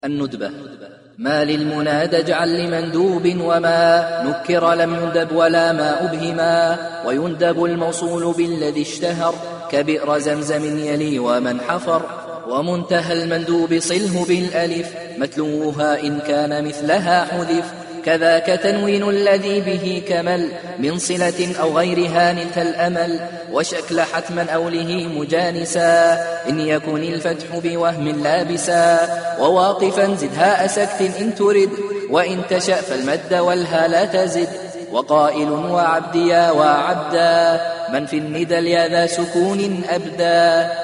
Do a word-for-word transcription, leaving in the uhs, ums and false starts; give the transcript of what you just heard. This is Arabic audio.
الندبة. ما للمنادى اجعل لمندوب وما نكر لم يندب ولا ما أبهما، ويندب الموصول بالذي اشتهر كبئر زمزم يلي ومن حفر، ومنتهى المندوب صله بالألف متلوها إن كان مثلها حذف، كذاك تنوين الذي به كمل من صلة أو غيرها نلت الأمل، وشكل حتما أوله مجانسا إن يكن الفتح بوهم لابسا، وواقفا زد هاء سكت إن ترد وإن تشأ فالمد والها لا تزد، وقائل وعبديا وعبدا من في الندى اليا ذا سكون أبدا،